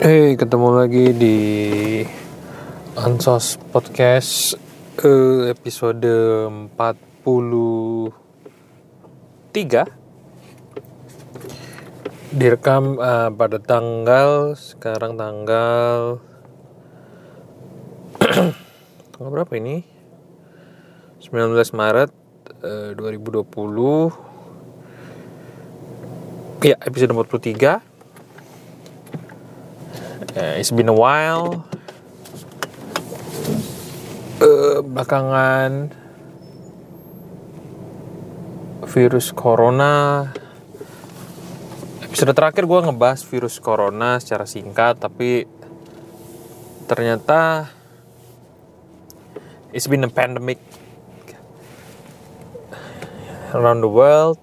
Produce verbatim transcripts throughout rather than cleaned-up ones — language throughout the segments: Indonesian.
Hey, ketemu lagi di Ansos Podcast uh, episode empat puluh tiga. Direkam uh, pada tanggal sekarang tanggal tanggal berapa ini? sembilan belas Maret uh, dua ribu dua puluh. Ya, episode empat puluh tiga. Uh, it's been a while. Uh, belakangan virus corona. Episode terakhir gue ngebahas virus corona secara singkat, tapi ternyata it's been a pandemic around the world.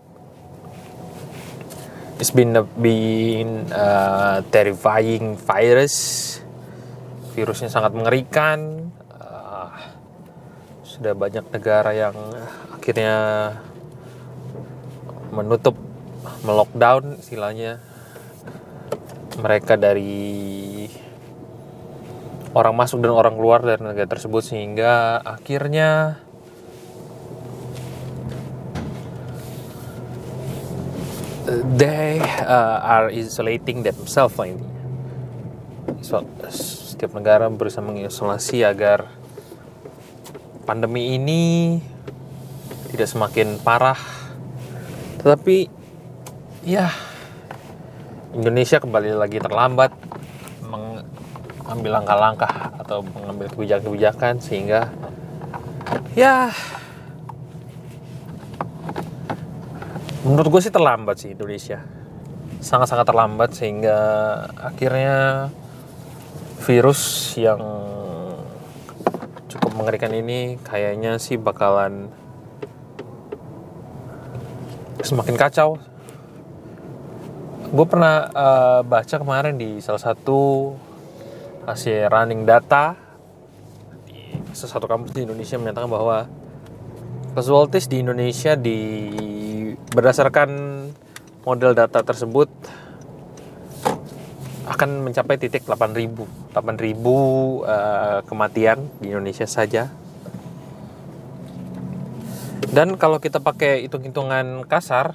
It's been a, been a terrifying virus. Virusnya sangat mengerikan. Uh, sudah banyak negara yang akhirnya menutup, melockdown istilahnya mereka dari orang masuk dan orang keluar dari negara tersebut, sehingga akhirnya they uh, are isolating themselves lah ini. So, setiap negara berusaha mengisolasi agar pandemi ini tidak semakin parah. Tetapi ya, Indonesia kembali lagi terlambat mengambil langkah-langkah atau mengambil kebijakan-kebijakan, sehingga ya menurut gue sih terlambat sih Indonesia. Sangat-sangat terlambat, sehingga akhirnya virus yang cukup mengerikan ini kayaknya sih bakalan semakin kacau. Gue pernah uh, baca kemarin di salah satu hasil running data di salah satu kampus di Indonesia menyatakan bahwa casualties di Indonesia di berdasarkan model data tersebut akan mencapai titik delapan ribu uh, kematian di Indonesia saja. Dan kalau kita pakai hitung-hitungan kasar,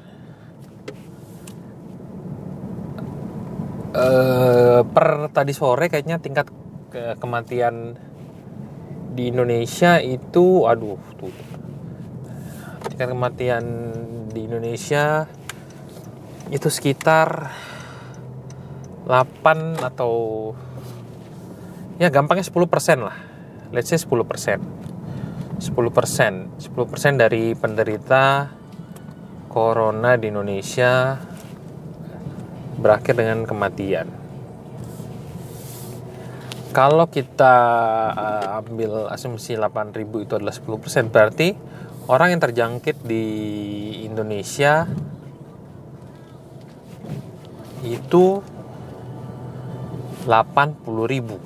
uh, per tadi sore kayaknya tingkat ke- kematian di Indonesia itu aduh tuh tingkat kematian di Indonesia itu sekitar delapan atau ya gampangnya sepuluh persen lah. Let's say sepuluh persen. sepuluh persen. sepuluh persen dari penderita corona di Indonesia berakhir dengan kematian. Kalau kita uh, ambil asumsi delapan ribu itu adalah sepuluh persen, berarti orang yang terjangkit di Indonesia itu delapan puluh ribu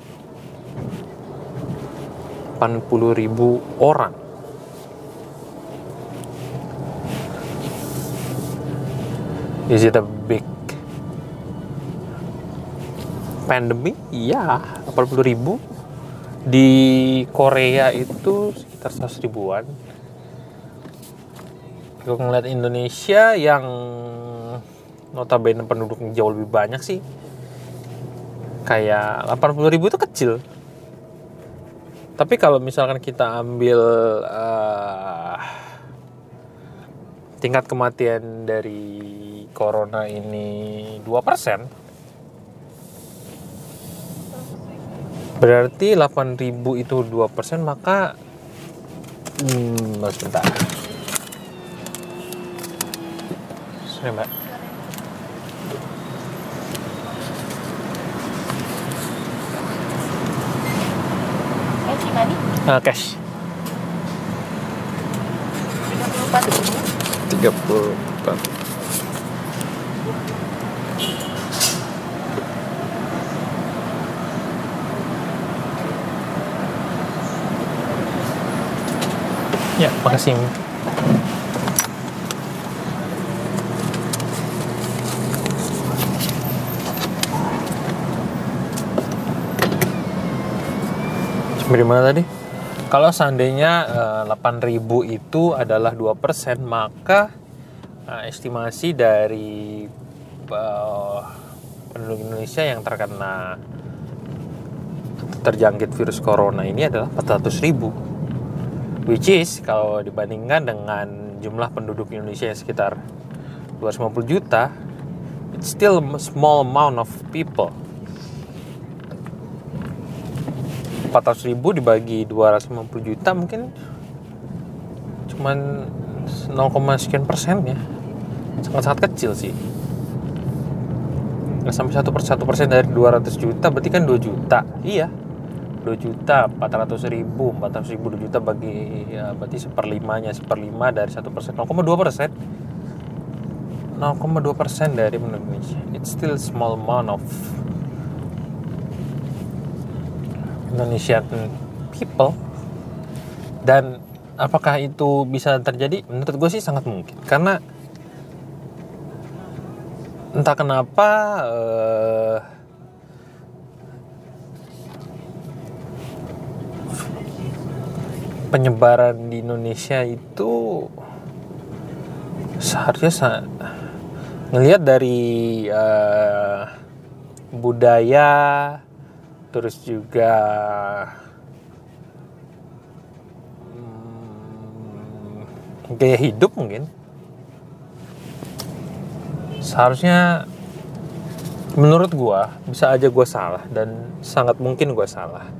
delapan puluh ribu orang. Is it a big pandemic? Iya, delapan puluh ribu. Di Korea itu sekitar seratus ribuan. Kalau ngeliat Indonesia yang notabene penduduknya jauh lebih banyak sih, kayak delapan puluh ribu itu kecil. Tapi kalau misalkan kita ambil uh, tingkat kematian dari corona ini dua persen, berarti delapan ribu itu dua persen, maka hmm, sebentar. Sorry, Mbak. Uh, cash tiga puluh empat. Ya, makasih. Dari mana tadi? Kalau seandainya uh, delapan ribu itu adalah dua persen, maka uh, estimasi dari uh, penduduk Indonesia yang terkena terjangkit virus corona ini adalah empat ratus ribu. Which is kalau dibandingkan dengan jumlah penduduk Indonesia yang sekitar dua ratus lima puluh juta, it's still a small amount of people. empat ratus ribu dibagi dua ratus lima puluh juta mungkin cuman nol, sekian persen ya. Sangat-sangat kecil sih. Nggak sampai satu persen, satu persen dari dua ratus juta berarti kan dua juta. Iya, dua juta, empat ratus ribu, empat ratus ribu, dua juta bagi, ya berarti seperlimanya, seperlima dari satu persen, nol koma dua persen. nol koma dua persen dari Indonesia. It's still small amount of Indonesian people. Dan apakah itu bisa terjadi? Menurut gue sih sangat mungkin. Karena entah kenapa uh, penyebaran di Indonesia itu seharusnya sa- ngelihat dari uh, budaya, terus juga hmm, gaya hidup mungkin. Seharusnya menurut gua, bisa aja gua salah dan sangat mungkin gua salah.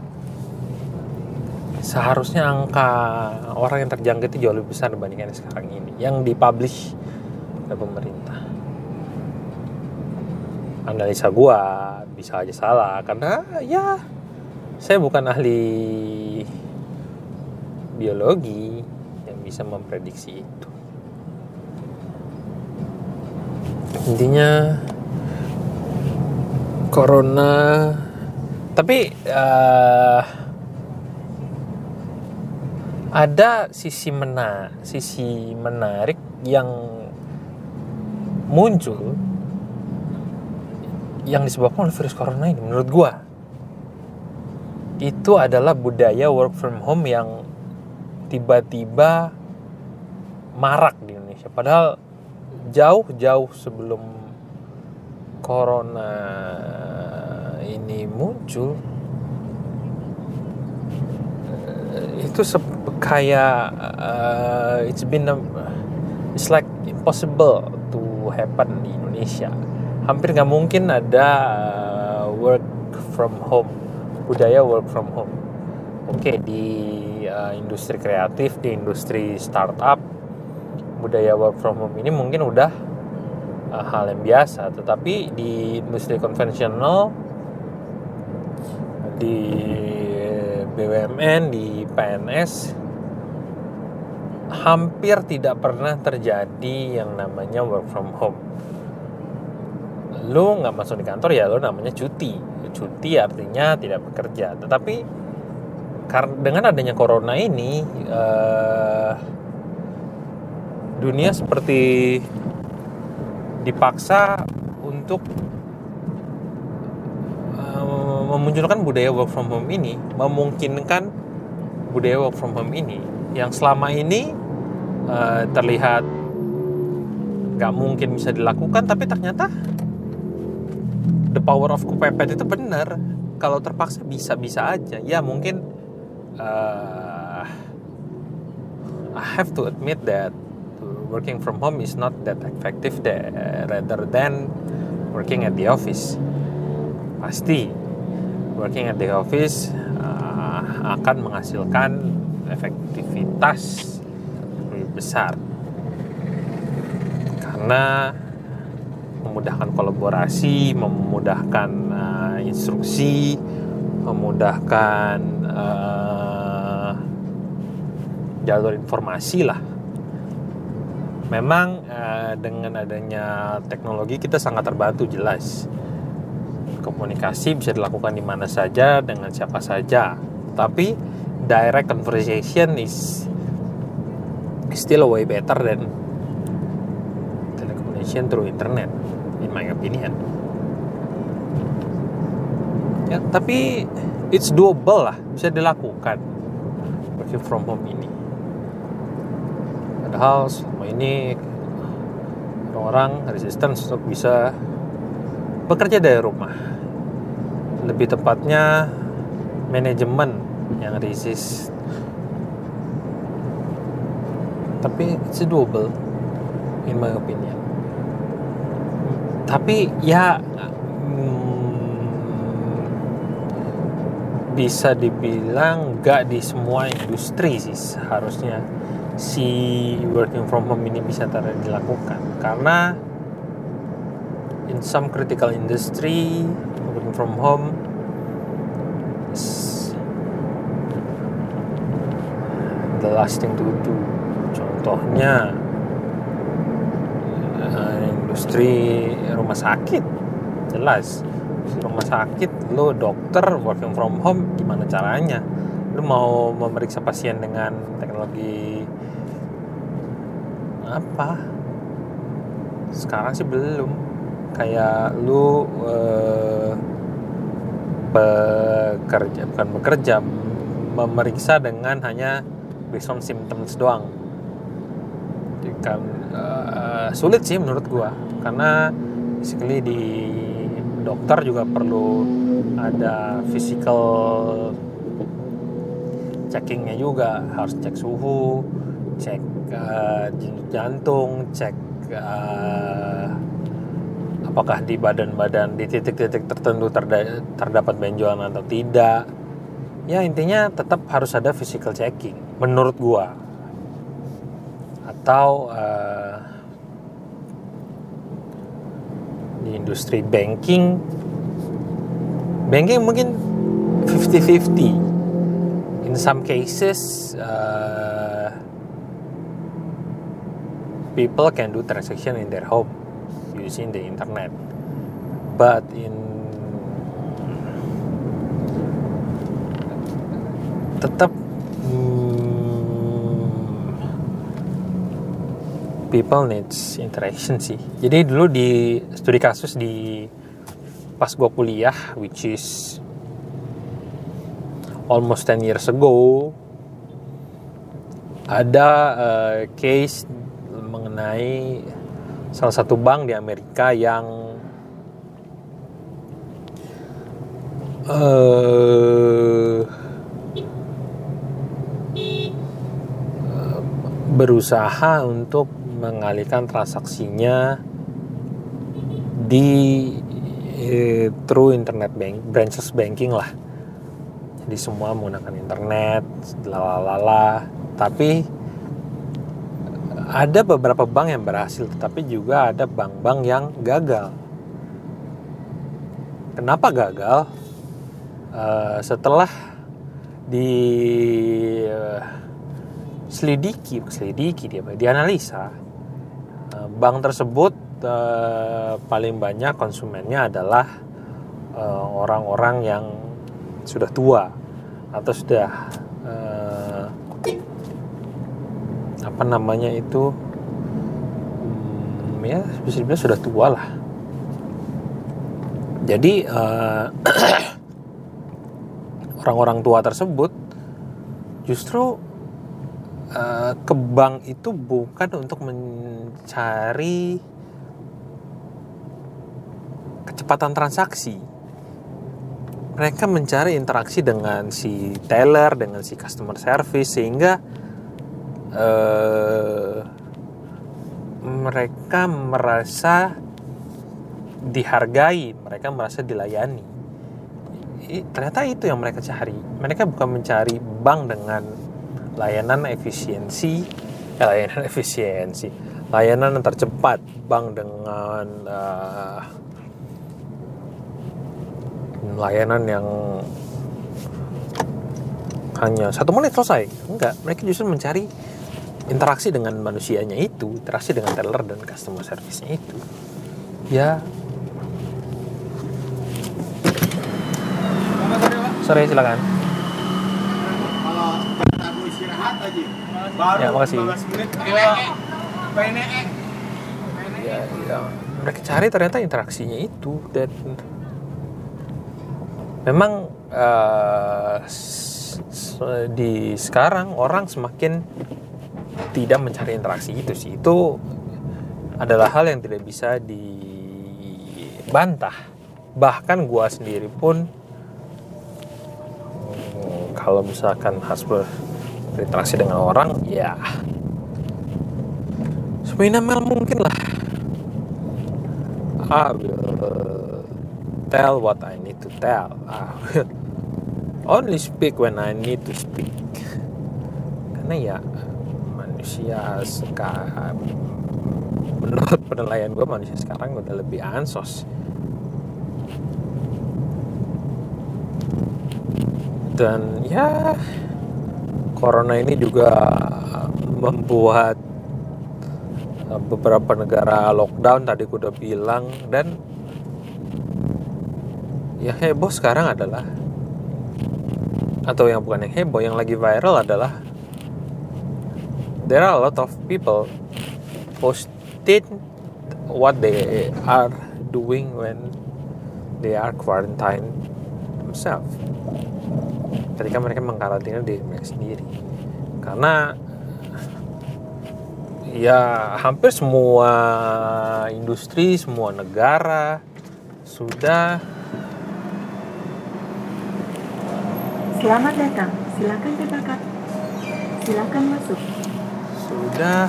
Seharusnya angka orang yang terjangkit itu jauh lebih besar dibandingkan sekarang ini yang dipublish oleh pemerintah. Analisa gua bisa aja salah karena ya saya bukan ahli biologi yang bisa memprediksi itu. Intinya corona, tapi uh, ada sisi mena sisi menarik yang muncul yang disebabkan oleh virus corona ini. Menurut gua itu adalah budaya work from home yang tiba-tiba marak di Indonesia. Padahal jauh-jauh sebelum corona ini muncul, itu se- kayak uh, it's been a, it's like impossible to happen di Indonesia. Hampir nggak mungkin ada uh, work from home, budaya work from home. Oke, okay, di uh, industri kreatif, di industri startup, budaya work from home ini mungkin udah uh, hal yang biasa. Tetapi di industri konvensional, di B U M N, di P N S, hampir tidak pernah terjadi yang namanya work from home. Lu nggak masuk di kantor ya lu namanya cuti. Cuti artinya tidak bekerja. Tetapi karena dengan adanya corona ini, uh, dunia seperti dipaksa untuk uh, memunculkan budaya work from home ini, memungkinkan budaya work from home ini yang selama ini uh, terlihat nggak mungkin bisa dilakukan, tapi ternyata the power of kepepet itu benar. Kalau terpaksa bisa-bisa aja. Ya mungkin uh, I have to admit that working from home is not that effective there, rather than working at the office. Pasti working at the office uh, akan menghasilkan efektivitas lebih besar karena memudahkan kolaborasi, memudahkan uh, instruksi, memudahkan uh, jalur informasi lah. Memang uh, dengan adanya teknologi kita sangat terbantu, jelas. Komunikasi bisa dilakukan di mana saja, dengan siapa saja. Tapi direct conversation is still way better than telecommunication through internet, in my opinion. Ya, tapi it's doable lah, bisa dilakukan working from home ini. Padahal selama ini orang-orang resistance untuk bisa bekerja dari rumah. Lebih tepatnya manajemen yang resist. Tapi it's doable in my opinion. Tapi ya hmm, bisa dibilang gak di semua industri sih seharusnya si working from home ini bisa dilakukan, karena in some critical industry working from home is the last thing to do. Contohnya uh, industri rumah sakit, jelas rumah sakit, lo dokter working from home, gimana caranya lo mau memeriksa pasien dengan teknologi apa? Sekarang sih belum. Kayak lu uh, bekerja, bukan bekerja, memeriksa dengan hanya based on symptoms doang. Jadi kan uh, sulit sih menurut gua, karena basically di dokter juga perlu ada physical checkingnya juga, harus cek suhu, cek uh, jantung, cek uh, apakah di badan-badan di titik-titik tertentu terda- terdapat benjolan atau tidak. Ya intinya tetap harus ada physical checking menurut gua. Atau uh, di industri banking banking mungkin fifty-fifty. In some cases uh, people can do transaction in their home using the internet, but in tetap hmm, people needs interaction sih. Jadi dulu di studi kasus di pas gue kuliah, which is almost ten years ago, ada uh, case mengenai salah satu bank di Amerika yang uh, berusaha untuk mengalihkan transaksinya di uh, through internet bank, branchless banking lah. Jadi semua menggunakan internet, lalalala. Tapi ada beberapa bank yang berhasil, tetapi juga ada bank-bank yang gagal. Kenapa gagal? Uh, setelah di uh, selidiki, selidiki dia, dianalisa, uh, bank tersebut uh, paling banyak konsumennya adalah uh, orang-orang yang sudah tua atau sudah uh, apa namanya itu hmm, ya bisa dibilang sudah tua lah. Jadi uh, orang-orang tua tersebut justru uh, ke bank itu bukan untuk mencari kecepatan transaksi. Mereka mencari interaksi dengan si teller, dengan si customer service, sehingga uh, mereka merasa dihargai, mereka merasa dilayani. I, ternyata itu yang mereka cari. Mereka bukan mencari bank dengan layanan efisiensi, eh, layanan efisiensi, layanan yang tercepat, bank dengan uh, layanan yang hanya satu menit selesai. Enggak, mereka justru mencari interaksi dengan manusianya itu, interaksi dengan teller dan customer service-nya itu. Ya. Sorry, silakan. Kalau aku istirahat aja. Baru ya, makasih. lima belas menit. Ya, ya, mereka cari ternyata interaksinya itu, dan memang uh, di sekarang orang semakin tidak mencari interaksi itu sih. Itu adalah hal yang tidak bisa dibantah. Bahkan gua sendiri pun kalau misalkan harus berinteraksi dengan orang, ya seminimal mungkin lah. I will tell what I need to tell. I will only speak when I need to speak. Karena ya manusia sekarang, menurut penilaian gue, manusia sekarang udah lebih ansos. Dan ya corona ini juga membuat beberapa negara lockdown, tadi gue udah bilang. Dan ya heboh sekarang adalah, atau yang bukan yang heboh, yang lagi viral adalah there are a lot of people posted what they are doing when they are quarantine themselves, ketika mereka mengkarantina diri mereka sendiri. Karena ya hampir semua industri, semua negara sudah. Selamat datang, silakan dekat, silakan masuk. Sudah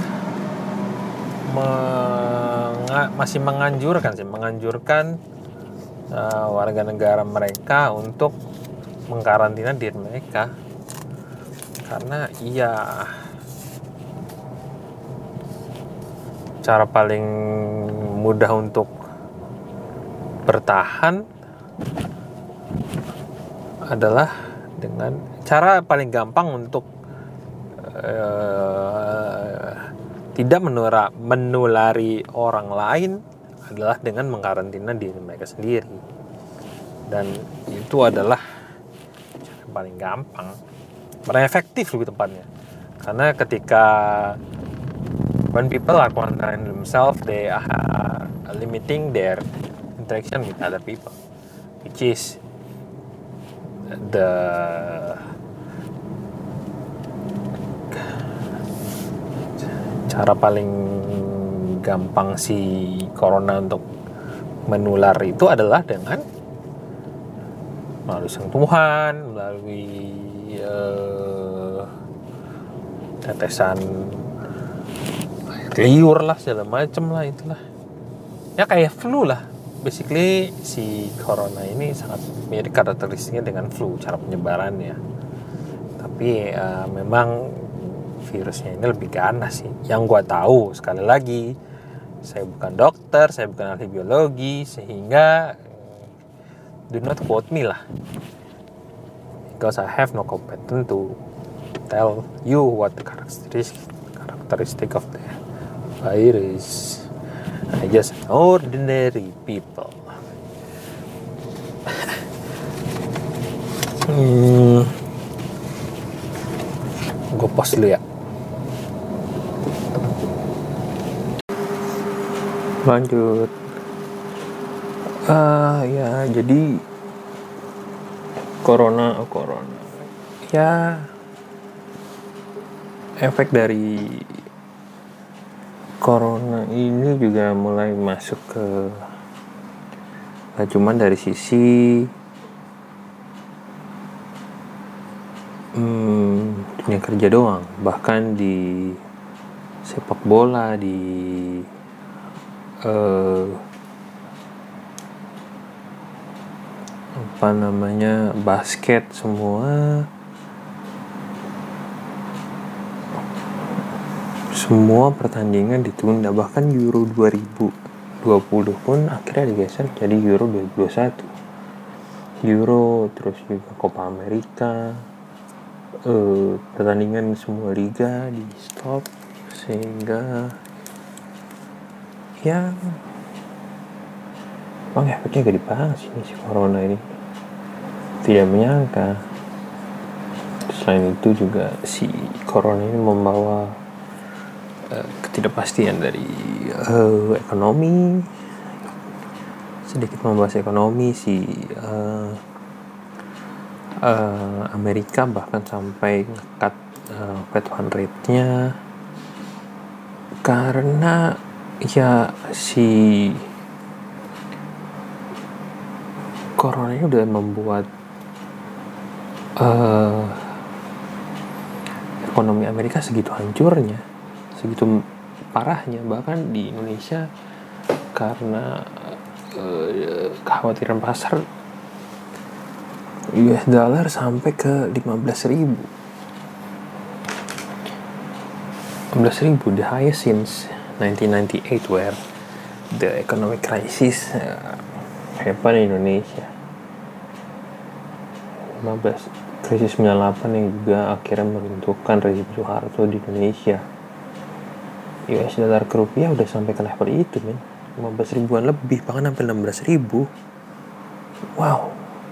menga- masih menganjurkan sih, menganjurkan uh, warga negara mereka untuk mengkarantina diri mereka. Karena iya, cara paling mudah untuk bertahan adalah dengan cara paling gampang untuk uh, tidak menura, menulari orang lain adalah dengan mengkarantina diri mereka sendiri. Dan itu adalah cara paling gampang, paling efektif lebih tepatnya. Karena ketika when people are quarantining themselves, they are limiting their interaction with other people, which is the cara paling gampang si corona untuk menular itu adalah dengan melalui sentuhan, melalui uh, tetesan air liur lah, segala macem lah, itulah ya kayak flu lah. Basically si corona ini sangat mirip karakteristiknya dengan flu, cara penyebarannya. Tapi uh, memang virusnya ini lebih ganas sih. Yang gua tahu, sekali lagi, saya bukan dokter, saya bukan ahli biologi, sehingga do not quote me lah, because I have no competence to tell you what the characteristic characteristic of the virus. I just ordinary people. hmm. Gue pause dulu ya. Lanjut. Ah uh, ya, jadi corona, oh, corona. Ya, efek dari corona ini juga mulai masuk ke, gak cuman dari sisi hmm, dunia kerja doang, bahkan di sepak bola, di uh, apa namanya basket, semua semua pertandingan ditunda. Bahkan Euro dua ribu dua puluh pun akhirnya digeser jadi Euro dua ribu dua puluh satu. Euro, terus juga Copa America, uh, pertandingan semua liga di stop, sehingga ya bang efeknya gak dibahas ini si corona ini. Tidak menyangka. Selain itu juga si corona ini membawa uh, ketidakpastian dari uh, ekonomi. Sedikit membahas ekonomi, si uh, uh, Amerika bahkan sampai ngekat uh, Fed fund rate-nya karena ya si corona ini udah membuat uh, ekonomi Amerika segitu hancurnya, segitu parahnya. Bahkan di Indonesia karena uh, kekhawatiran pasar, U S dollar sampai ke lima belas ribu. lima belas ribu, the highest since nineteen ninety-eight, where the economic crisis uh, happened in Indonesia. lima belas krisis sembilan puluh delapan yang juga akhirnya menentukan rezim Soeharto di Indonesia. U S dollar ke rupiah udah sampai ke level itu, men. lima belas ribuan lebih, bahkan sampai enam belas ribu. Wow.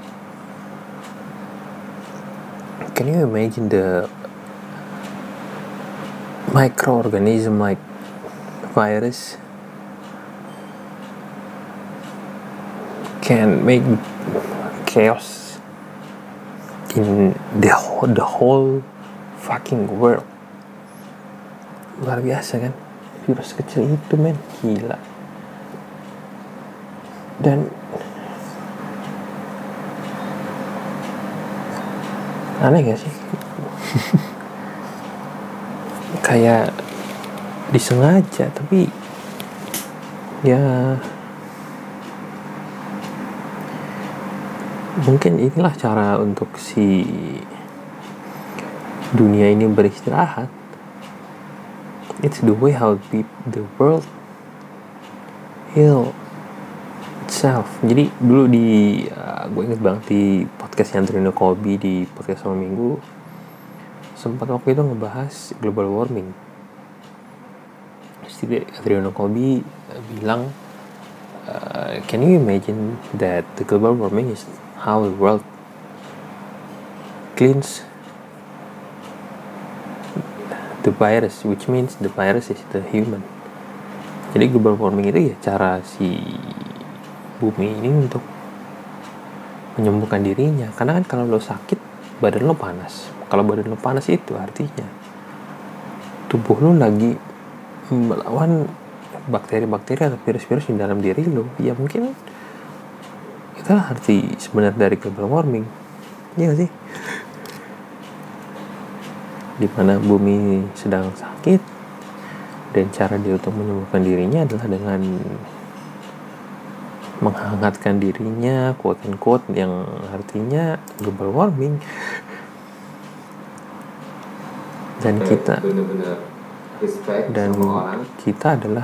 Can you imagine the microorganism like virus can make chaos in the whole, the whole fucking world. Luar biasa kan, virus kecil itu, men, gila. Dan aneh gak sih? Kayak disengaja, tapi ya mungkin inilah cara untuk si dunia ini beristirahat. It's the way how the world heal itself. Jadi dulu di uh, gue inget banget di podcastnya Adriano Colby di podcast sama minggu, sempat waktu itu ngebahas global warming. Jadi Adriano Colby uh, bilang, uh, can you imagine that the global warming is how the world cleans the virus, which means the virus is the human. Jadi global warming itu ya cara si bumi ini untuk menyembuhkan dirinya. Karena kan kalau lo sakit, badan lo panas. Kalau badan lo panas itu artinya tubuh lo lagi melawan bakteri-bakteri atau virus-virus di dalam diri lo. Ya mungkin itulah arti sebenarnya dari global warming. Iya gak sih? Dimana bumi sedang sakit, dan cara dia untuk menyembuhkan dirinya adalah dengan menghangatkan dirinya, quote unquote, yang artinya global warming. Dan kita dan kita adalah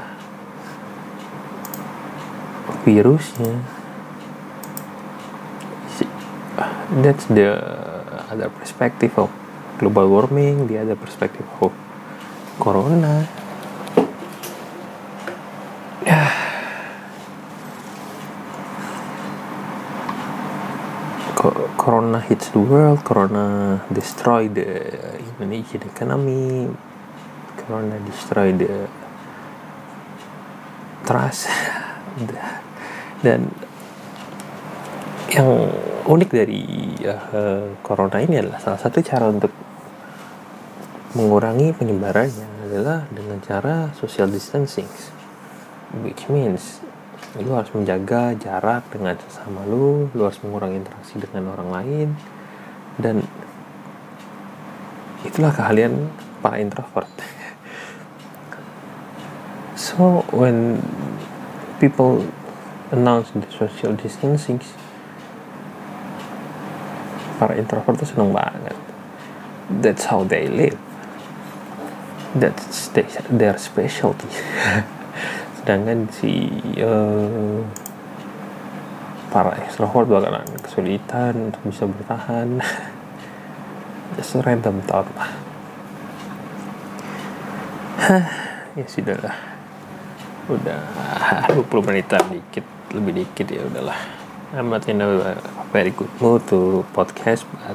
virusnya. That's the other perspective of global warming, the other perspective of corona. Corona hits the world, Corona destroy the Indonesian economy, Corona destroy the trust. Dan yang unik dari uh, Corona ini adalah salah satu cara untuk mengurangi penyebarannya adalah dengan cara social distancing, which means lu harus menjaga jarak dengan sesama lu, lu harus mengurangi interaksi dengan orang lain, dan itulah keahlian para introvert. So when people announce the social distancing, para introvert tuh seneng banget. That's how they live. That's their specialty. Sedangkan si uh, para extrovert bakalan kesulitan untuk bisa bertahan. Just random thought lah. Ya sudah lah, udah dua puluh menitan, dikit, lebih dikit, ya udahlah. I'm not in a very good mood to podcast, but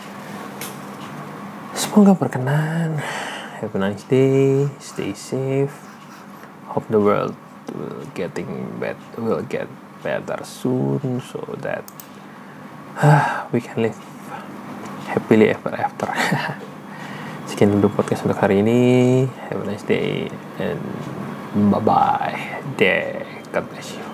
semoga berkenan. Have a nice day, stay safe. Hope the world will getting bet will get better soon, so that uh, we can live happily ever after. Sekian dulu podcast untuk hari ini. Have a nice day and bye bye. God bless you.